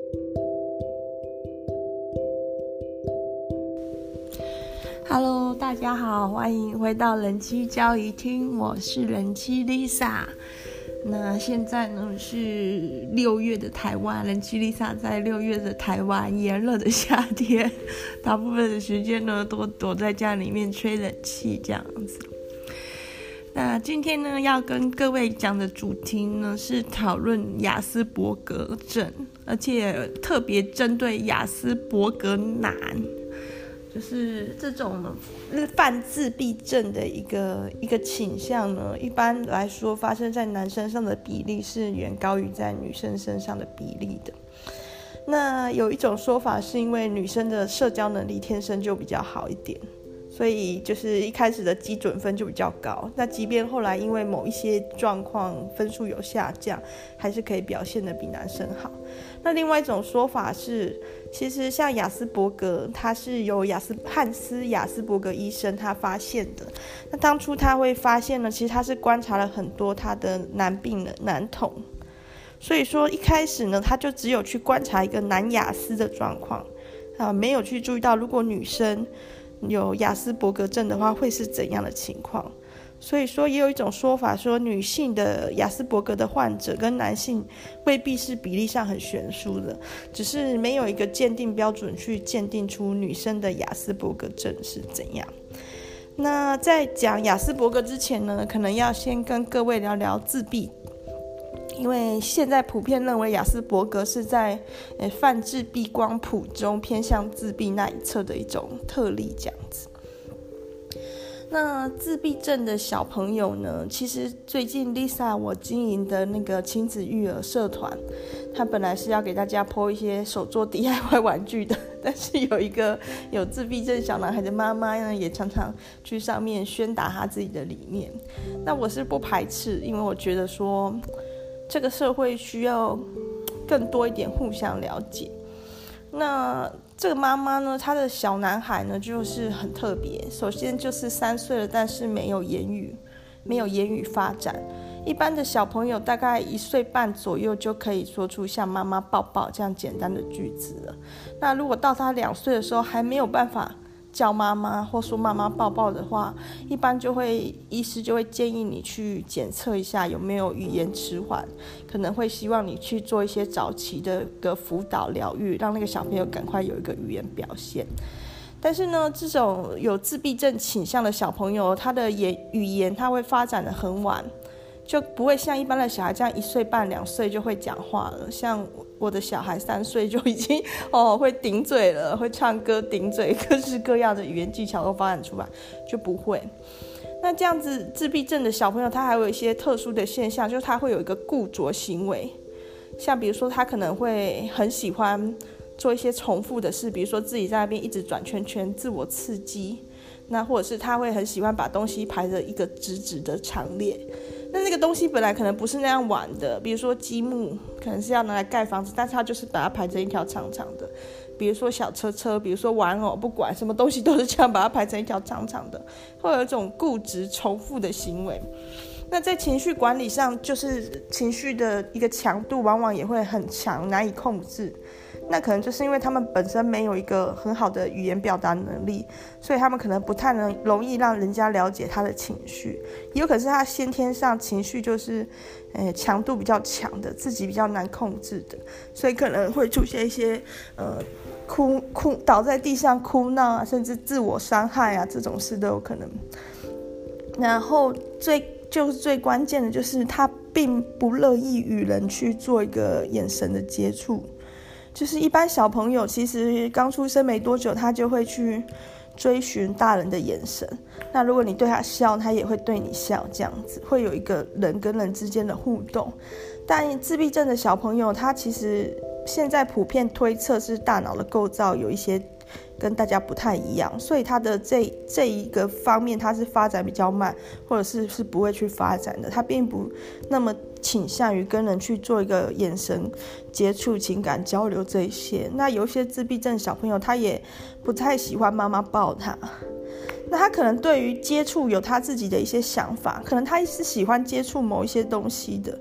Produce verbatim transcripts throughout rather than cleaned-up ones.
Hello， 大家好，欢迎回到人妻交易厅，我是人妻 Lisa。那现在呢是六月的台湾，人妻 Lisa 在六月的台湾炎热的夏天，大部分的时间呢都躲在家里面吹冷气这样子。那今天呢要跟各位讲的主题呢是讨论亚斯伯格症，而且特别针对亚斯伯格男。就是这种犯自闭症的一个一个倾向呢，一般来说发生在男生上的比例是远高于在女生身上的比例的。那有一种说法是因为女生的社交能力天生就比较好一点，所以就是一开始的基准分就比较高，那即便后来因为某一些状况分数有下降，还是可以表现得比男生好。那另外一种说法是，其实像亚斯伯格，他是由亚斯汉斯亚斯伯格医生他发现的。那当初他会发现呢，其实他是观察了很多他的男病人男童，所以说一开始呢，他就只有去观察一个男亚斯的状况啊，没有去注意到如果女生有亚斯伯格症的话会是怎样的情况。所以说也有一种说法说，女性的亚斯伯格的患者跟男性未必是比例上很悬殊的，只是没有一个鉴定标准去鉴定出女生的亚斯伯格症是怎样。那在讲亚斯伯格之前呢，可能要先跟各位聊聊自闭，因为现在普遍认为亚斯伯格是在泛自闭光谱中偏向自闭那一侧的一种特例这样子。那自闭症的小朋友呢，其实最近 Lisa 我经营的那个亲子育儿社团，他本来是要给大家 po 一些手做 D I Y 玩具的，但是有一个有自闭症小男孩的妈妈呢，也常常去上面宣达他自己的理念。那我是不排斥，因为我觉得说这个社会需要更多一点互相了解。那这个妈妈呢，她的小男孩呢就是很特别，首先就是三岁了，但是没有言语，没有言语发展。一般的小朋友大概一岁半左右就可以说出像妈妈抱抱这样简单的句子了。那如果到他两岁的时候还没有办法叫妈妈或说妈妈抱抱的话，一般就会医师就会建议你去检测一下有没有语言迟缓，可能会希望你去做一些早期的个辅导疗愈，让那个小朋友赶快有一个语言表现。但是呢，这种有自闭症倾向的小朋友，他的语言他会发展得很晚，就不会像一般的小孩这样一岁半两岁就会讲话了。像我的小孩三岁就已经哦会顶嘴了，会唱歌顶嘴，各式各样的语言技巧都发展出来，就不会。那这样子自闭症的小朋友，他还有一些特殊的现象，就是他会有一个固着行为，像比如说他可能会很喜欢做一些重复的事，比如说自己在那边一直转圈圈，自我刺激。那或者是他会很喜欢把东西排着一个直直的长列，那那个东西本来可能不是那样玩的，比如说积木可能是要拿来盖房子，但是他就是把它排成一条长长的，比如说小车车，比如说玩偶，不管什么东西都是这样把它排成一条长长的，会有一种固执重复的行为。那在情绪管理上，就是情绪的一个强度往往也会很强，难以控制。那可能就是因为他们本身没有一个很好的语言表达能力，所以他们可能不太能容易让人家了解他的情绪，也有可能是他先天上情绪就是呃强度比较强的，自己比较难控制的，所以可能会出现一些呃哭哭倒在地上哭闹啊，甚至自我伤害啊，这种事都有可能。然后最就是最关键的就是他并不乐意与人去做一个眼神的接触。就是一般小朋友其实刚出生没多久，他就会去追寻大人的眼神，那如果你对他笑，他也会对你笑，这样子会有一个人跟人之间的互动。但自闭症的小朋友，他其实现在普遍推测是大脑的构造有一些跟大家不太一样，所以他的这这一个方面他是发展比较慢，或者是是不会去发展的，他并不那么倾向于跟人去做一个眼神接触、情感交流这一些。那有一些自闭症小朋友，他也不太喜欢妈妈抱他，那他可能对于接触有他自己的一些想法，可能他是喜欢接触某一些东西的，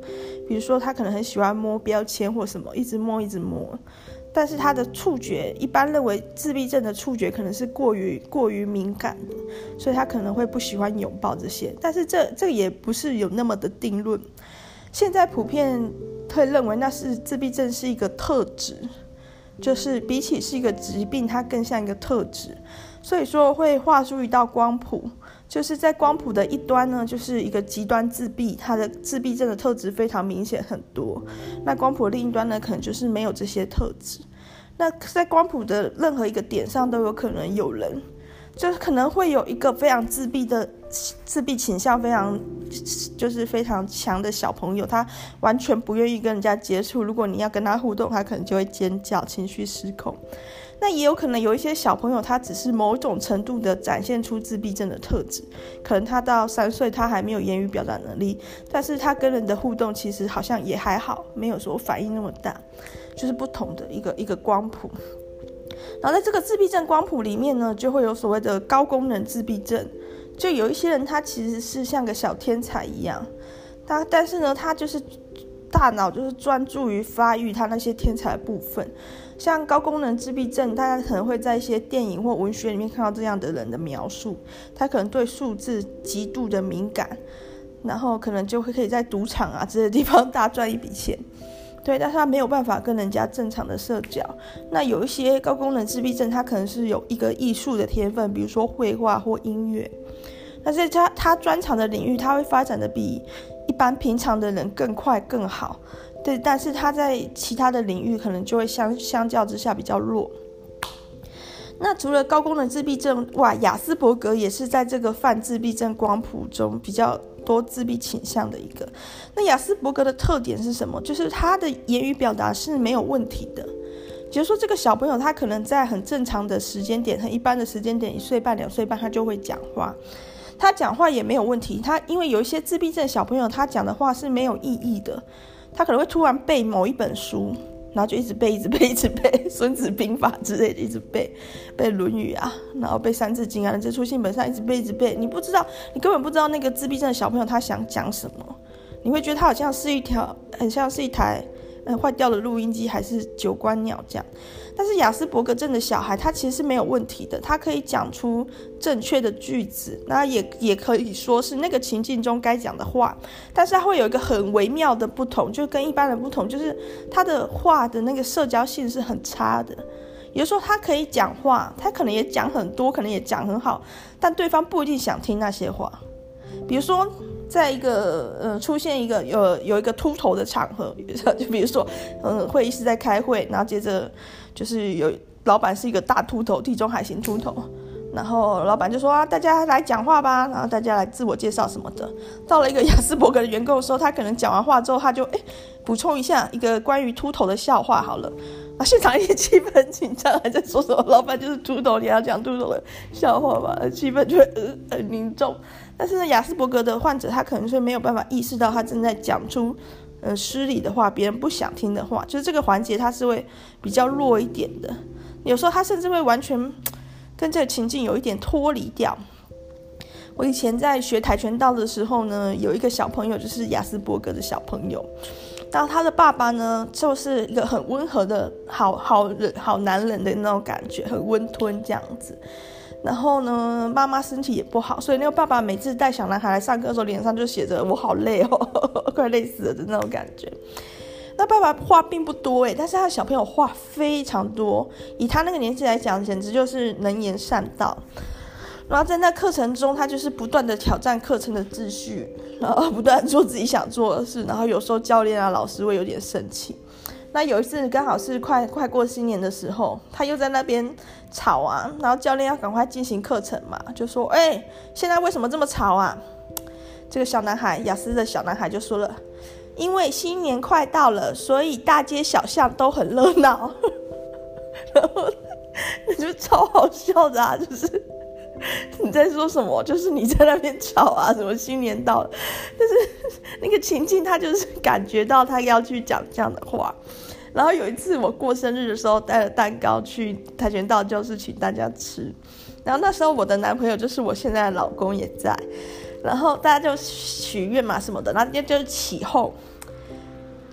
比如说他可能很喜欢摸标签或什么，一直摸一直摸，但是他的触觉一般认为自闭症的触觉可能是过于过于敏感的，所以他可能会不喜欢拥抱这些，但是这这个也不是有那么的定论。现在普遍会认为那是自闭症是一个特质，就是比起是一个疾病，它更像一个特质，所以说会画出一道光谱，就是在光谱的一端呢，就是一个极端自闭，它的自闭症的特质非常明显很多，那光谱的另一端呢，可能就是没有这些特质。那在光谱的任何一个点上都有可能有人，就是可能会有一个非常自闭的自闭倾向非常就是非常强的小朋友，他完全不愿意跟人家接触，如果你要跟他互动，他可能就会尖叫，情绪失控。那也有可能有一些小朋友他只是某种程度的展现出自闭症的特质，可能他到三岁他还没有言语表达能力，但是他跟人的互动其实好像也还好，没有说反应那么大，就是不同的一个一个光谱。然后在这个自闭症光谱里面呢，就会有所谓的高功能自闭症，就有一些人他其实是像个小天才一样，他但是呢他就是大脑就是专注于发育他那些天才的部分。像高功能自闭症，大家可能会在一些电影或文学里面看到这样的人的描述，他可能对数字极度的敏感，然后可能就会可以在赌场啊这些地方大赚一笔钱，对，但是他没有办法跟人家正常的社交。那有一些高功能自闭症，他可能是有一个艺术的天分，比如说绘画或音乐，但是他他专长的领域，他会发展的比一般平常的人更快更好，对，但是他在其他的领域可能就会相相较之下比较弱。那除了高功能自闭症外，亚斯伯格也是在这个泛自闭症光谱中比较多自闭倾向的一个。那亚斯伯格的特点是什么？就是他的言语表达是没有问题的，比如说这个小朋友他可能在很正常的时间点，很一般的时间点，一岁半两岁半他就会讲话，他讲话也没有问题。他因为有一些自闭症小朋友他讲的话是没有意义的，他可能会突然背某一本书，然后就一直背一直背一直背孙子兵法之类的，一直背背论语啊，然后背三字经啊，这出信本上一直背一直背，你不知道，你根本不知道那个自闭症的小朋友他想讲什么，你会觉得他好像是一条很像是一台呃坏掉的录音机还是九官鸟这样。但是亚斯伯格症的小孩他其实是没有问题的，他可以讲出正确的句子，那也也可以说是那个情境中该讲的话，但是他会有一个很微妙的不同，就跟一般人不同，就是他的话的那个社交性是很差的。有时候他可以讲话，他可能也讲很多，可能也讲很好，但对方不一定想听那些话。比如说在一个呃出现一个有有一个秃头的场合，就比如说嗯会议室在开会，然后接着就是有老板是一个大秃头，地中海型秃头，然后老板就说啊大家来讲话吧，然后大家来自我介绍什么的。到了一个亚斯伯格的员工的时候，他可能讲完话之后，他就哎补充一下一个关于秃头的笑话好了。啊，现场一些气氛很紧张，还在说什么老板就是秃头，你要讲秃头的笑话吧，气氛就会呃很凝重。但是呢，亚斯伯格的患者他可能是没有办法意识到他正在讲出呃失礼的话，别人不想听的话，就是这个环节他是会比较弱一点的。有时候他甚至会完全跟这个情境有一点脱离掉。我以前在学跆拳道的时候呢，有一个小朋友就是亚斯伯格的小朋友，然后他的爸爸呢就是一个很温和的好好人好男人的那种感觉，很温吞这样子。然后呢妈妈身体也不好，所以那个爸爸每次带小男孩来上课的时候，脸上就写着我好累哦快累死了的那种感觉。那爸爸话并不多耶，但是他的小朋友话非常多，以他那个年纪来讲简直就是能言善道。然后在那课程中，他就是不断的挑战课程的秩序，然后不断做自己想做的事，然后有时候教练啊老师会有点生气。那有一次刚好是快快过新年的时候，他又在那边吵啊，然后教练要赶快进行课程嘛，就说哎、欸，现在为什么这么吵啊？这个小男孩亚斯的小男孩就说了，因为新年快到了，所以大街小巷都很热闹然后那就超好笑的啊，就是你在说什么，就是你在那边吵啊，什么新年到了，但是那个情境他就是感觉到他要去讲这样的话。然后有一次我过生日的时候带了蛋糕去跆拳道教室请大家吃，然后那时候我的男朋友就是我现在的老公也在，然后大家就许愿嘛什么的，然后就是起哄，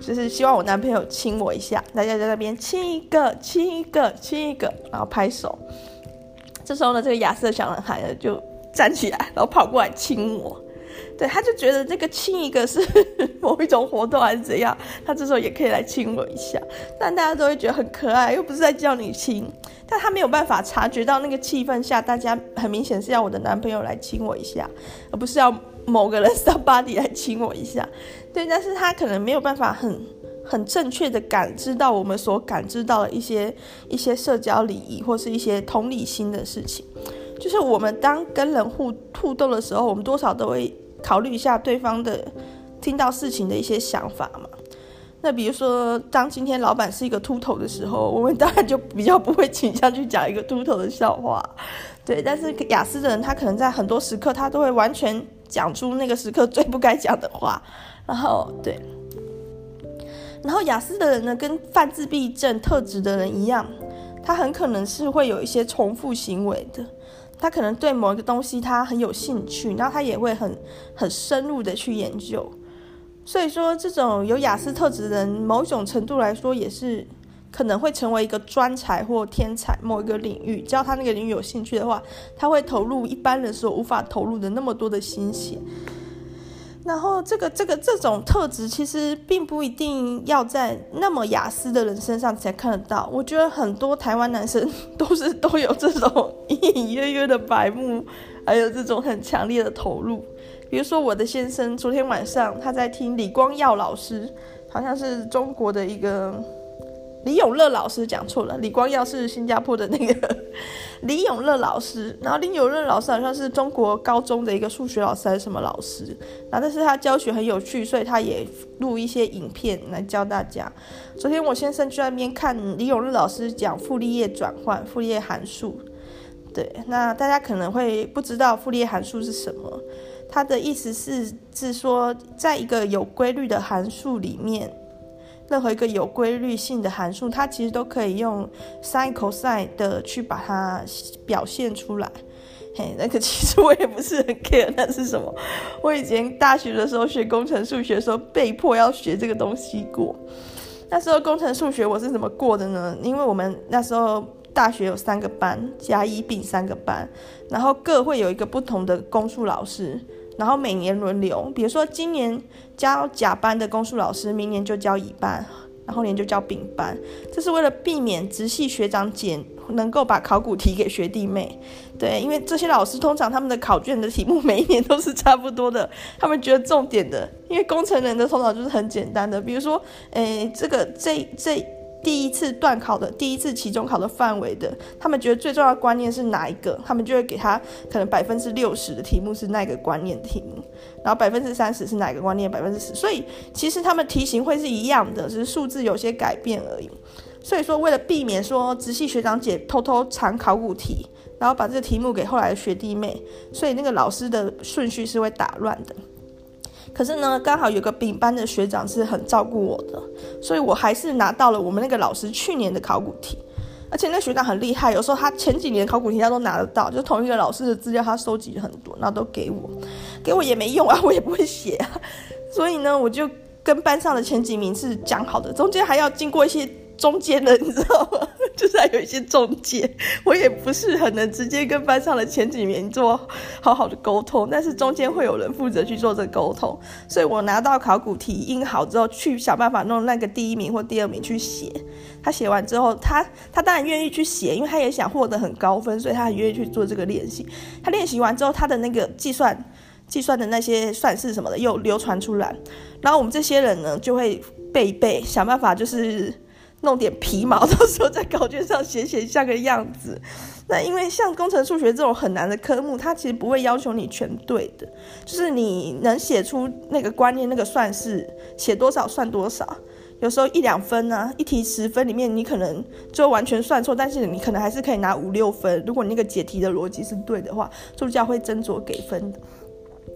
就是希望我男朋友亲我一下，大家在那边亲一个亲一个亲一个，然后拍手。这时候呢，这个亚瑟小男孩呢就站起来，然后跑过来亲我。对，他就觉得这个亲一个是某一种活动还是怎样，他这时候也可以来亲我一下，但大家都会觉得很可爱，又不是在叫你亲。但他没有办法察觉到那个气氛下，大家很明显是要我的男朋友来亲我一下，而不是要某个人 somebody 来亲我一下。对，但是他可能没有办法很很正确的感知到我们所感知到的一些一些社交礼仪或是一些同理心的事情。就是我们当跟人互互动的时候，我们多少都会考虑一下对方的听到事情的一些想法嘛。那比如说当今天老板是一个秃头的时候，我们当然就比较不会倾向去讲一个秃头的笑话，对。但是亚斯的人他可能在很多时刻他都会完全讲出那个时刻最不该讲的话，然后对。然后亚斯的人呢跟泛自闭症特质的人一样，他很可能是会有一些重复行为的。他可能对某一个东西他很有兴趣，然后他也会很很深入的去研究。所以说这种有亚斯特质的人某种程度来说也是可能会成为一个专才或天才，某一个领域只要他那个领域有兴趣的话，他会投入一般人所无法投入的那么多的心血。然后这个这个这种特质其实并不一定要在那么亚斯的人身上才看得到，我觉得很多台湾男生都是都有这种隐隐约约的白目，还有这种很强烈的投入。比如说我的先生昨天晚上他在听李光耀老师，好像是中国的一个李永乐老师，讲错了，李光耀是新加坡的那个李永乐老师，然后李永乐老师好像是中国高中的一个数学老师还是什么老师，然后但是他教学很有趣，所以他也录一些影片来教大家。昨天我先生去那边看李永乐老师讲傅立叶转换、傅立叶函数。对，那大家可能会不知道傅立叶函数是什么，它的意思是是说在一个有规律的函数里面，任何一个有规律性的函数它其实都可以用 sin cosine 的去把它表现出来。嘿，那个其实我也不是很 care 那是什么，我以前大学的时候学工程数学的时候被迫要学这个东西过。那时候工程数学我是怎么过的呢？因为我们那时候大学有三个班，甲乙丙三个班，然后各会有一个不同的公数老师，然后每年轮流，比如说今年教甲班的公数老师，明年就教乙班，然后年就教丙班。这是为了避免直系学长姐能够把考古题给学弟妹。对，因为这些老师通常他们的考卷的题目每一年都是差不多的，他们觉得重点的，因为工程人的头脑就是很简单的，比如说诶这个这这第一次段考的第一次期中考的范围的，他们觉得最重要的观念是哪一个，他们就会给他可能百分之六十的题目是那个观念的题目，然后百分之三十是哪个观念，百分之十，所以其实他们题型会是一样的，只是数字有些改变而已。所以说为了避免说直系学长姐偷偷藏考古题，然后把这个题目给后来的学弟妹，所以那个老师的顺序是会打乱的。可是呢，刚好有个丙班的学长是很照顾我的，所以我还是拿到了我们那个老师去年的考古题。而且那学长很厉害，有时候他前几年的考古题他都拿得到，就同一个老师的资料他收集了很多，然后都给我，给我也没用啊，我也不会写啊。所以呢，我就跟班上的前几名是讲好的，中间还要经过一些中间人，你知道吗？就是还有一些中介，我也不是很能直接跟班上的前几名做好好的沟通，但是中间会有人负责去做这个沟通，所以我拿到考古题印好之后，去想办法弄那个第一名或第二名去写。他写完之后，他他当然愿意去写，因为他也想获得很高分，所以他很愿意去做这个练习。他练习完之后，他的那个计算计算的那些算式什么的又流传出来，然后我们这些人呢就会背一背，想办法就是弄点皮毛，到时候在考卷上写写像个样子。那因为像工程数学这种很难的科目，它其实不会要求你全对的，就是你能写出那个观念那个算式，写多少算多少。有时候一两分啊，一题十分里面你可能就完全算错，但是你可能还是可以拿五六分，如果你那个解题的逻辑是对的话，助教会斟酌给分的。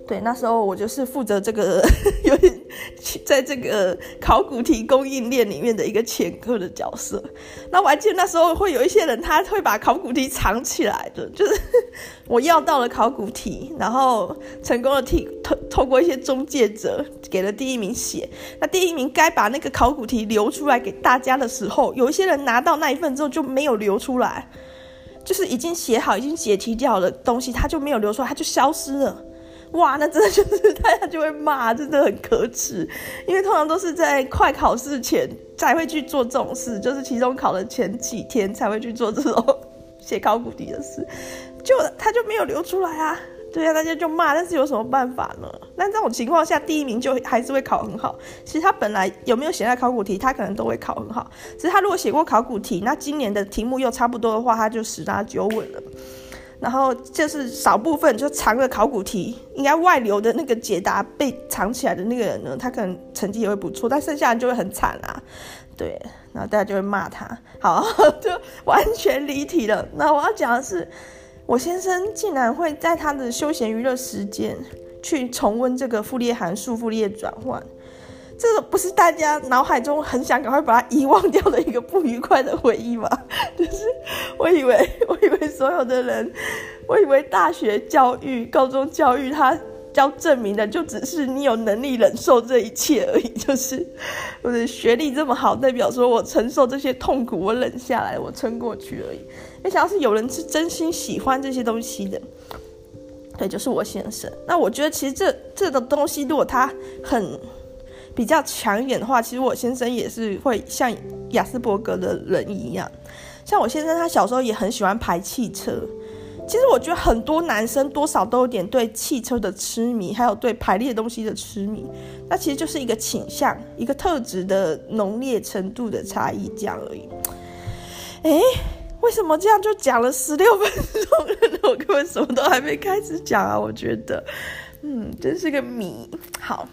对，那时候我就是负责这个有点在这个考古题供应链里面的一个前科的角色。那我还记得那时候会有一些人他会把考古题藏起来的，就是我要到了考古题，然后成功的替透透过一些中介者给了第一名写，那第一名该把那个考古题留出来给大家的时候，有一些人拿到那一份之后就没有留出来，就是已经写好已经解题掉的东西他就没有留出来，他就消失了。哇，那真的就是大家就会骂，真的很可耻。因为通常都是在快考试前才会去做这种事，就是期中考的前几天才会去做这种写考古题的事，就他就没有留出来啊。对啊，大家就骂，但是有什么办法呢？那这种情况下，第一名就还是会考很好。其实他本来有没有写在考古题，他可能都会考很好。只是他如果写过考古题，那今年的题目又差不多的话，他就十拿九稳了。然后就是少部分就藏了考古题，应该外流的那个解答被藏起来的那个人呢，他可能成绩也会不错，但剩下人就会很惨啊。对，然后大家就会骂他。好，就完全离题了。那我要讲的是，我先生竟然会在他的休闲娱乐时间去重温这个傅立叶函数、傅立叶转换。这个不是大家脑海中很想赶快把它遗忘掉的一个不愉快的回忆吗？就是我以为我以为所有的人，我以为大学教育、高中教育它要证明的就只是你有能力忍受这一切而已，就是我的学历这么好，代表说我承受这些痛苦，我忍下来，我撑过去而已。没想到是有人是真心喜欢这些东西的。对，就是我先生。那我觉得其实这这种东西如果他很比较抢眼的话，其实我先生也是会像亚斯伯格的人一样。像我先生他小时候也很喜欢排汽车，其实我觉得很多男生多少都有点对汽车的痴迷，还有对排列东西的痴迷，那其实就是一个倾向，一个特质的浓烈程度的差异这样而已。诶，为什么这样就讲了十六分钟了？我根本什么都还没开始讲啊，我觉得嗯，真是个谜。好，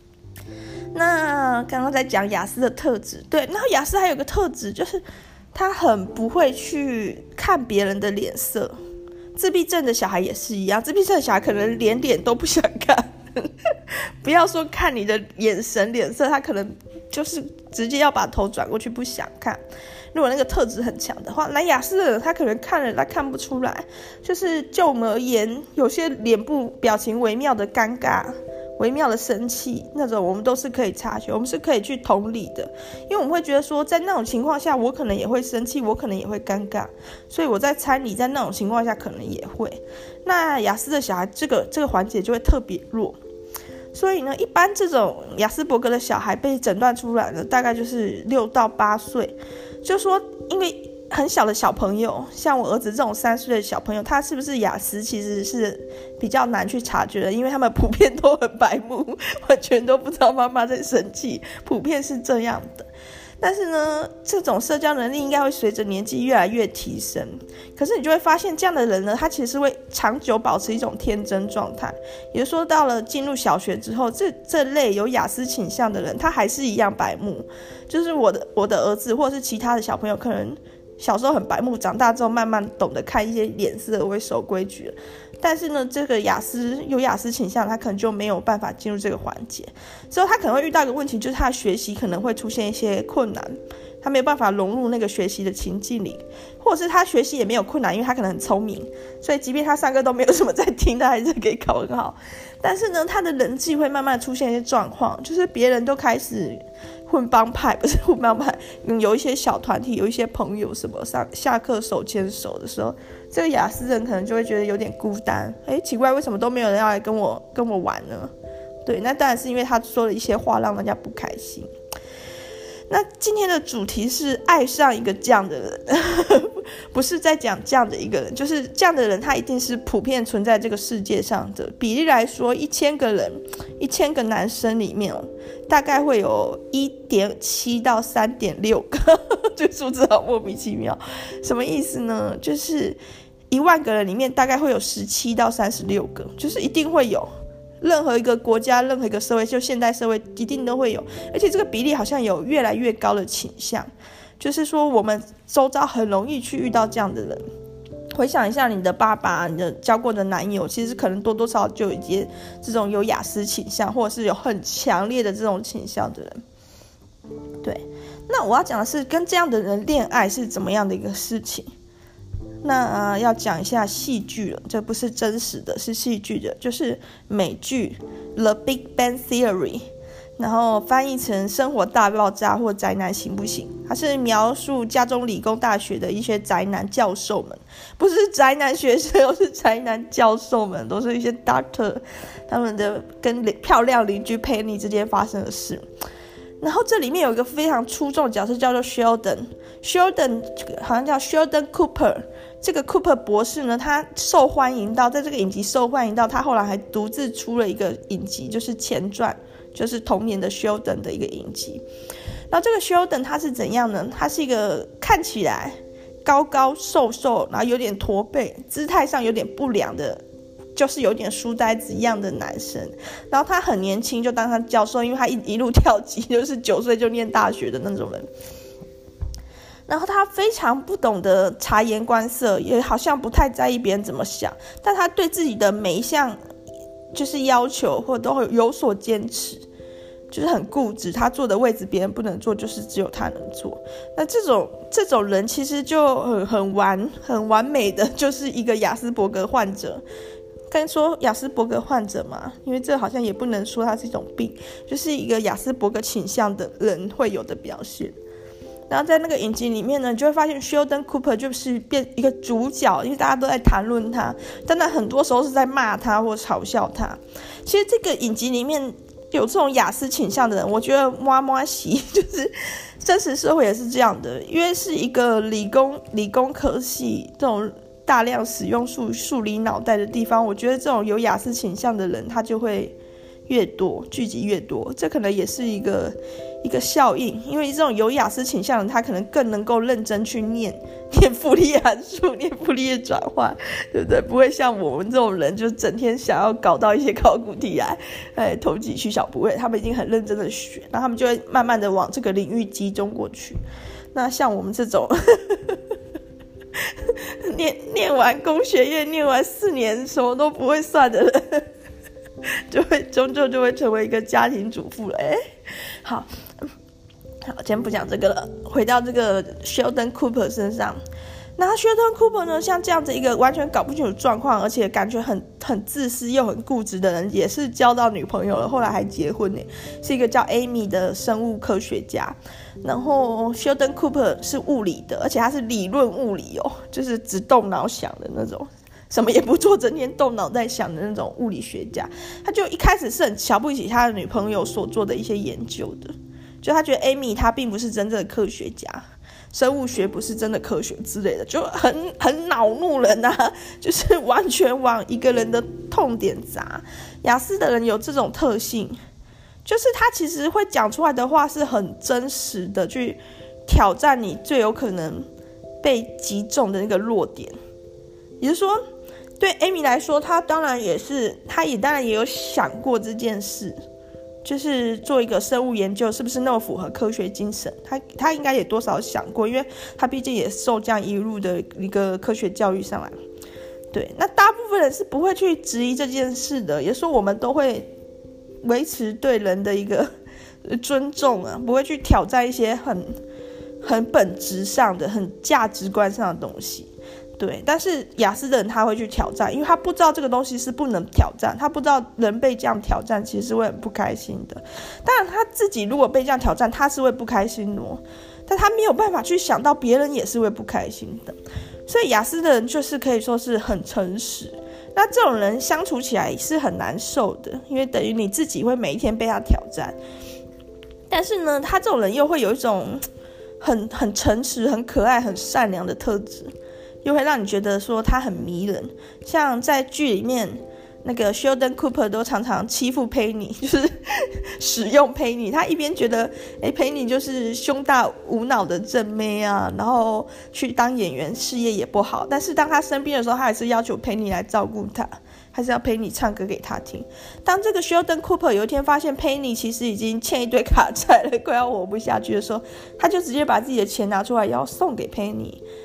那刚刚在讲雅思的特质，对，然后雅思还有个特质，就是他很不会去看别人的脸色。自闭症的小孩也是一样，自闭症的小孩可能连脸都不想看不要说看你的眼神脸色，他可能就是直接要把头转过去不想看。如果那个特质很强的话，那雅思的人他可能看了他看不出来，就是就我们而言，有些脸部表情微妙的尴尬，微妙的生气，那种我们都是可以察觉，我们是可以去同理的。因为我们会觉得说，在那种情况下我可能也会生气，我可能也会尴尬，所以我在猜你在那种情况下可能也会。那雅思的小孩这个这个环节就会特别弱。所以呢，一般这种亚斯伯格的小孩被诊断出来了，大概就是六到八岁。就是说，因为很小的小朋友，像我儿子这种三岁的小朋友，他是不是亚斯其实是比较难去察觉的，因为他们普遍都很白目，完全都不知道妈妈在生气，普遍是这样的。但是呢，这种社交能力应该会随着年纪越来越提升。可是你就会发现，这样的人呢，他其实会长久保持一种天真状态。也就是说，到了进入小学之后，这这类有亚斯倾向的人，他还是一样白目。就是我的我的儿子，或者是其他的小朋友，可能小时候很白目，长大之后慢慢懂得看一些脸色，会守规矩了。但是呢，这个亚斯有亚斯倾向，他可能就没有办法进入这个环节。之后他可能会遇到一个问题，就是他的学习可能会出现一些困难，他没有办法融入那个学习的情境里，或者是他学习也没有困难，因为他可能很聪明，所以即便他上课都没有什么在听，他还是可以考很好。但是呢，他的人际会慢慢出现一些状况，就是别人都开始混帮派，不是混帮派、嗯、有一些小团体，有一些朋友什么上下课手牵手的时候，这个亚斯人可能就会觉得有点孤单。哎，奇怪，为什么都没有人要来跟我跟我玩呢？对，那当然是因为他说了一些话让人家不开心。那今天的主题是爱上一个这样的人不是在讲这样的一个人，就是这样的人他一定是普遍存在这个世界上的。比例来说，一千个人一千个男生里面、哦、大概会有 一点七到三点六个这个数字好莫名其妙。什么意思呢？就是一万个人里面大概会有十七到三十六个，就是一定会有。任何一个国家，任何一个社会，就现代社会一定都会有，而且这个比例好像有越来越高的倾向，就是说我们周遭很容易去遇到这样的人， 回想一下你的爸爸、你的交过的男友，其实可能多多少少就有一些这种有雅思倾向，或者是有很强烈的这种倾向的人。对，那我要讲的是跟这样的人恋爱是怎么样的一个事情。那、呃、要讲一下戏剧了，这不是真实的，是戏剧的，就是美剧 The Big Bang Theory， 然后翻译成生活大爆炸或宅男行不行。它是描述加州理工大学的一些宅男教授们，不是宅男学生，而是宅男教授们，都是一些 doctor， 他们的跟漂亮邻居 Penny 之间发生的事。然后这里面有一个非常出众的角色叫做 Sheldon Sheldon 好像叫 Sheldon Cooper。这个 Cooper 博士呢，他受欢迎到在这个影集受欢迎到他后来还独自出了一个影集，就是前传，就是同年的 Sheldon 的一个影集。然后这个 Sheldon 他是怎样呢？他是一个看起来高高瘦瘦，然后有点驼背，姿态上有点不良的，就是有点书呆子一样的男生。然后他很年轻就当上教授，因为他 一, 一路跳级，就是九岁就念大学的那种人。然后他非常不懂得察言观色，也好像不太在意别人怎么想，但他对自己的每一项就是要求或都有所坚持，就是很固执，他坐的位置别人不能坐，就是只有他能坐。那这种这种人其实就很很完很完美的就是一个亚斯伯格患者。该说亚斯伯格患者嘛，因为这好像也不能说它是一种病，就是一个亚斯伯格倾向的人会有的表现。然后在那个影集里面呢，你就会发现 Sheldon Cooper 就是变一个主角，因为大家都在谈论他，但他很多时候是在骂他或嘲笑他。其实这个影集里面有这种雅思倾向的人，我觉得摸摸喜，就是真实社会也是这样的，因为是一个理工理工科系这种大量使用数数理脑袋的地方，我觉得这种有雅思倾向的人他就会越多，聚集越多，这可能也是一个一个效应，因为这种有雅思倾向的人他可能更能够认真去念念傅立叶函数，念傅立叶转换，对不对？不会像我们这种人就整天想要搞到一些考古题来哎，投几去小不会，他们已经很认真的学，然后他们就会慢慢的往这个领域集中过去。那像我们这种念念完工学院念完四年什么都不会算的人，就会终究就会成为一个家庭主妇了。哎，好好，先不讲这个了，回到这个 Sheldon Cooper 身上。那 Sheldon Cooper 呢，像这样子一个完全搞不清楚状况，而且感觉很很自私又很固执的人，也是交到女朋友了，后来还结婚呢，是一个叫 Amy 的生物科学家。然后 Sheldon Cooper 是物理的，而且他是理论物理哦，就是只动脑想的那种，什么也不做，整天动脑袋想的那种物理学家。他就一开始是很瞧不起他的女朋友所做的一些研究的，就他觉得 Amy 她并不是真正的科学家，生物学不是真的科学之类的，就很很恼怒人啊，就是完全往一个人的痛点砸。雅思的人有这种特性，就是他其实会讲出来的话是很真实的，去挑战你最有可能被击中的那个弱点。也就是说，对 Amy 来说，她当然也是，她也当然也有想过这件事，就是做一个生物研究是不是那么符合科学精神，她她应该也多少想过，因为她毕竟也受这样一路的一个科学教育上来。对，那大部分人是不会去质疑这件事的，也就是说我们都会维持对人的一个尊重啊，不会去挑战一些很很本质上的、很价值观上的东西。对，但是雅思的人他会去挑战，因为他不知道这个东西是不能挑战，他不知道人被这样挑战其实是会很不开心的。当然他自己如果被这样挑战他是会不开心的，但他没有办法去想到别人也是会不开心的。所以雅思的人就是可以说是很诚实，那这种人相处起来是很难受的，因为等于你自己会每一天被他挑战。但是呢，他这种人又会有一种很很诚实、很可爱、很善良的特质，又会让你觉得说他很迷人。像在剧里面，那个 Sheldon Cooper 都常常欺负 Penny， 就是使用 Penny， 他一边觉得哎 Penny 就是胸大无脑的正妹啊，然后去当演员事业也不好，但是当他生病的时候，他还是要求 Penny 来照顾他，还是要 Penny 唱歌给他听。当这个 Sheldon Cooper 有一天发现 Penny 其实已经欠一堆卡债了，快要活不下去的时候，他就直接把自己的钱拿出来要送给 Penny。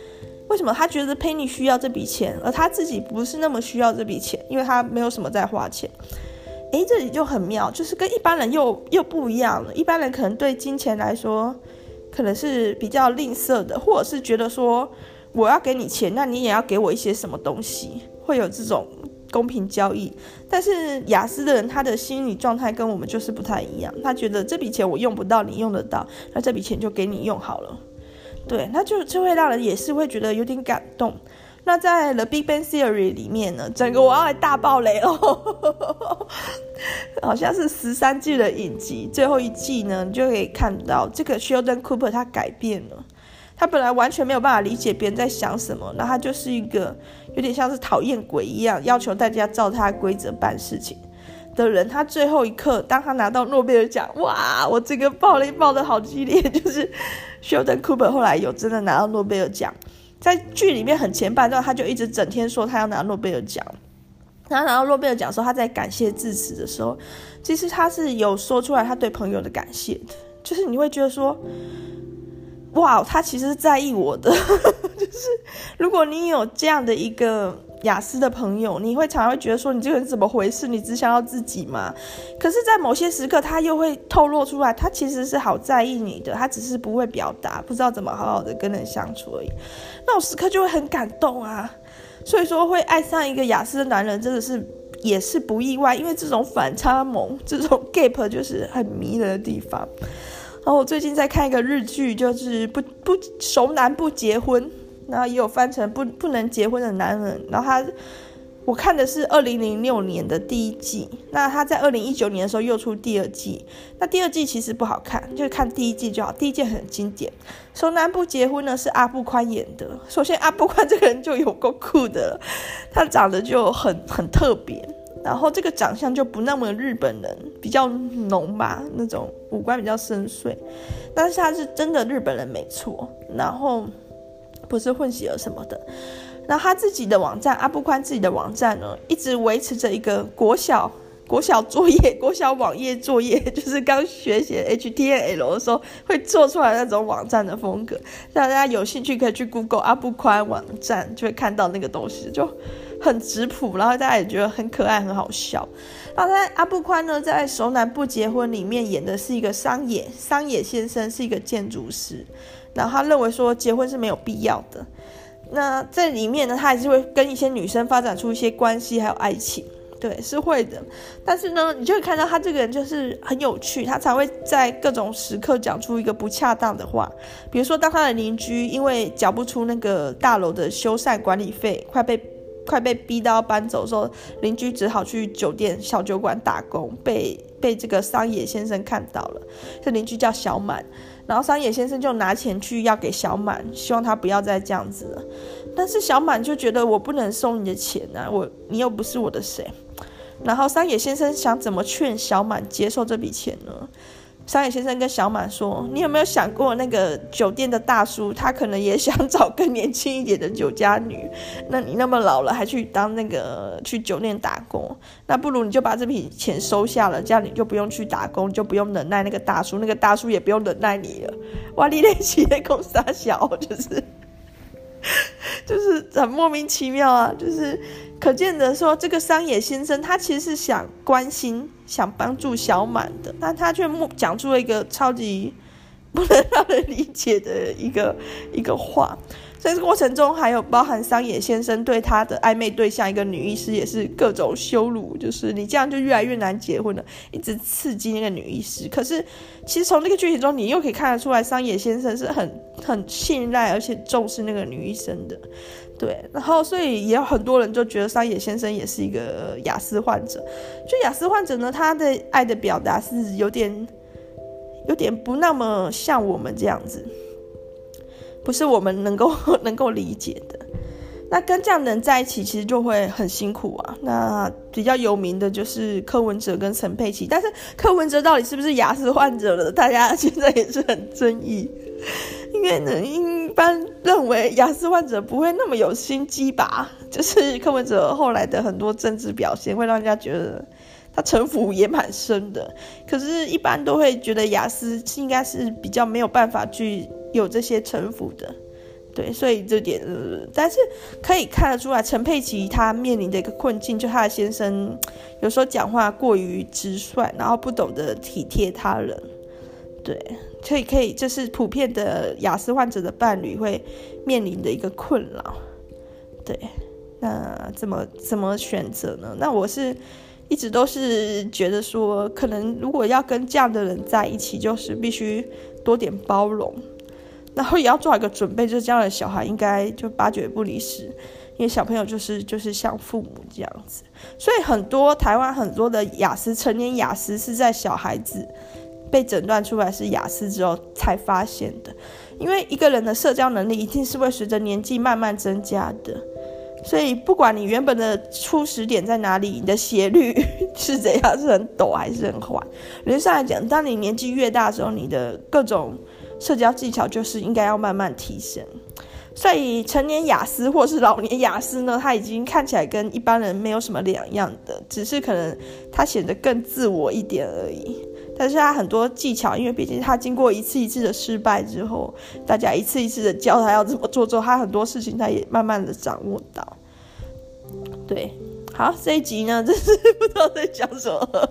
为什么他觉得佩妮需要这笔钱，而他自己不是那么需要这笔钱，因为他没有什么在花钱。诶，这里就很妙，就是跟一般人又又不一样了。一般人可能对金钱来说可能是比较吝啬的，或者是觉得说我要给你钱，那你也要给我一些什么东西，会有这种公平交易。但是亚斯的人他的心理状态跟我们就是不太一样，他觉得这笔钱我用不到你用得到，那这笔钱就给你用好了。对，那就就会让人也是会觉得有点感动。那在 The Big Bang Theory 里面呢，整个我要来大爆雷咯好像是十三季的影集，最后一季呢，你就可以看到这个 Sheldon Cooper 他改变了，他本来完全没有办法理解别人在想什么，那他就是一个有点像是讨厌鬼一样，要求大家照他的规则办事情的人。他最后一刻当他拿到诺贝尔奖，哇，我这个爆雷爆得好激烈，就是 Sheldon Cooper 后来有真的拿到诺贝尔奖。在剧里面很前半段他就一直整天说他要拿诺贝尔奖，他拿到诺贝尔奖的时候，他在感谢致辞的时候，其实他是有说出来他对朋友的感谢的，就是你会觉得说哇，他其实是在意我的就是如果你有这样的一个亚斯的朋友，你会常常会觉得说你这个人怎么回事，你只想要自己吗？可是在某些时刻他又会透露出来，他其实是好在意你的，他只是不会表达，不知道怎么好好的跟人相处而已。那种时刻就会很感动啊，所以说会爱上一个亚斯的男人真的是也是不意外，因为这种反差萌，这种 gap 就是很迷人的地方。然后我最近在看一个日剧，就是不不熟男不结婚，然后也有翻成不不能结婚的男人。然后他我看的是二零零六年的第一季，那他在二零一九年的时候又出第二季。那第二季其实不好看，就看第一季就好，第一季很经典。熟男不结婚呢是阿部宽演的，首先阿部宽这个人就有够酷的了，他长得就很很特别。然后这个长相就不那么日本人，比较浓吧，那种五官比较深邃，但是他是真的日本人没错，然后不是混血儿什么的。然后他自己的网站，阿部宽自己的网站呢，一直维持着一个国小国小作业、国小网页作业，就是刚学写 H T M L 的时候会做出来那种网站的风格。大家有兴趣可以去 Google 阿部宽网站，就会看到那个东西，就很质朴，然后大家也觉得很可爱很好笑。然后在阿部宽呢，在熟男不结婚里面演的是一个商野商野先生，是一个建筑师，然后他认为说结婚是没有必要的。那在里面呢，他还是会跟一些女生发展出一些关系还有爱情，对，是会的。但是呢，你就会看到他这个人就是很有趣，他才会在各种时刻讲出一个不恰当的话。比如说当他的邻居因为缴不出那个大楼的修缮管理费，快被快被逼到搬走的时候，邻居只好去酒店小酒馆打工，被被这个商野先生看到了。这邻居叫小满，然后商野先生就拿钱去要给小满，希望他不要再这样子了。但是小满就觉得我不能收你的钱啊，我你又不是我的谁。然后商野先生想怎么劝小满接受这笔钱呢？商野先生跟小满说，你有没有想过那个酒店的大叔，他可能也想找更年轻一点的酒家女，那你那么老了还去当那个去酒店打工，那不如你就把这笔钱收下了，这样你就不用去打工，就不用忍耐那个大叔，那个大叔也不用忍耐你了。哇，你那起在公傻小，就是就是很莫名其妙啊，就是可见的说，这个商野先生他其实是想关心、想帮助小满的，但他却讲出了一个超级不能让人理解的一个一个话。在这个过程中，还有包含商野先生对他的暧昧对象一个女医师也是各种羞辱，就是你这样就越来越难结婚了，一直刺激那个女医师。可是其实从那个剧情中，你又可以看得出来，商野先生是很很信赖而且重视那个女医生的。对，然后所以也有很多人就觉得商野先生也是一个亚斯患者。就亚斯患者呢，他的爱的表达是有点有点不那么像我们这样子，不是我们能够能够理解的。那跟这样的人在一起其实就会很辛苦啊。那比较有名的就是柯文哲跟陈佩琪，但是柯文哲到底是不是亚斯患者了，大家现在也是很争议。因为呢，一般认为亚斯患者不会那么有心机吧，就是柯文哲后来的很多政治表现会让人家觉得他城府也蛮深的。可是一般都会觉得亚斯应该是比较没有办法去有这些城府的。 对，所以这点、呃、但是可以看得出来陈佩琪她面临的一个困境，就她的先生有时候讲话过于直率，然后不懂得体贴他人。对，所以可以这是普遍的亚斯患者的伴侣会面临的一个困扰。对，那怎么怎么选择呢？那我是一直都是觉得说，可能如果要跟这样的人在一起，就是必须多点包容，然后也要做好一个准备，就是这样的小孩应该就八九不离十，因为小朋友就是就是像父母这样子。所以很多台湾很多的亚斯成年亚斯是在小孩子被诊断出来是亚斯之后才发现的，因为一个人的社交能力一定是会随着年纪慢慢增加的，所以不管你原本的初始点在哪里，你的斜率是怎样，是很陡还是很缓，理论上来讲，当你年纪越大的时候，你的各种社交技巧就是应该要慢慢提升。所以成年亚斯或是老年亚斯呢，他已经看起来跟一般人没有什么两样的，只是可能他显得更自我一点而已。但是他很多技巧，因为毕竟他经过一次一次的失败之后，大家一次一次的教他要怎么做之后，他很多事情他也慢慢的掌握到。对，好，这一集呢真是不知道在讲什么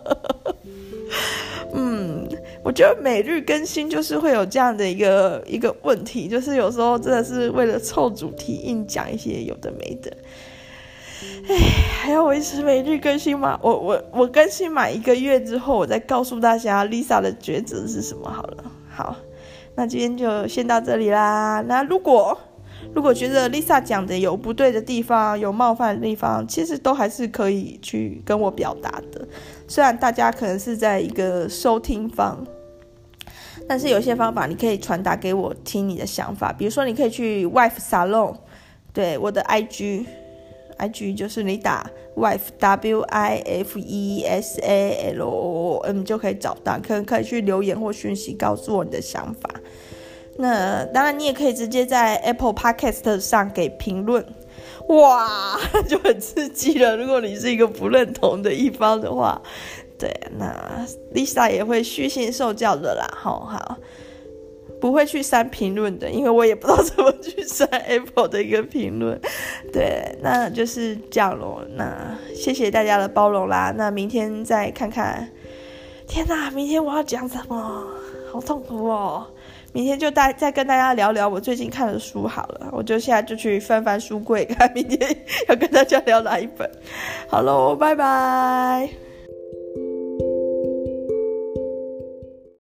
嗯，我觉得每日更新就是会有这样的一个一个问题，就是有时候真的是为了凑主题硬讲一些有的没的。哎，还要维持每日更新吗？我我我更新满一个月之后，我再告诉大家 Lisa 的抉择是什么好了。好，那今天就先到这里啦。那如果如果觉得 Lisa 讲的有不对的地方，有冒犯的地方，其实都还是可以去跟我表达的。虽然大家可能是在一个收听方，但是有些方法你可以传达给我听你的想法。比如说你可以去 Wife Salon， 对，我的 I G I G 就是你打 wife W I F E S A L O N 就可以找到，可能可以去留言或讯息告诉我你的想法。那当然你也可以直接在 Apple Podcast 上给评论，哇就很刺激了，如果你是一个不认同的一方的话。对，那 Lisa 也会虚心受教的啦，好好不会去删评论的，因为我也不知道怎么去删 Apple 的一个评论。对，那就是这样咯。那谢谢大家的包容啦，那明天再看看。天哪，明天我要讲什么？好痛苦哦。明天就大再跟大家聊聊我最近看的书好了，我就现在就去翻翻书柜，看明天要跟大家聊哪一本。好咯，拜拜。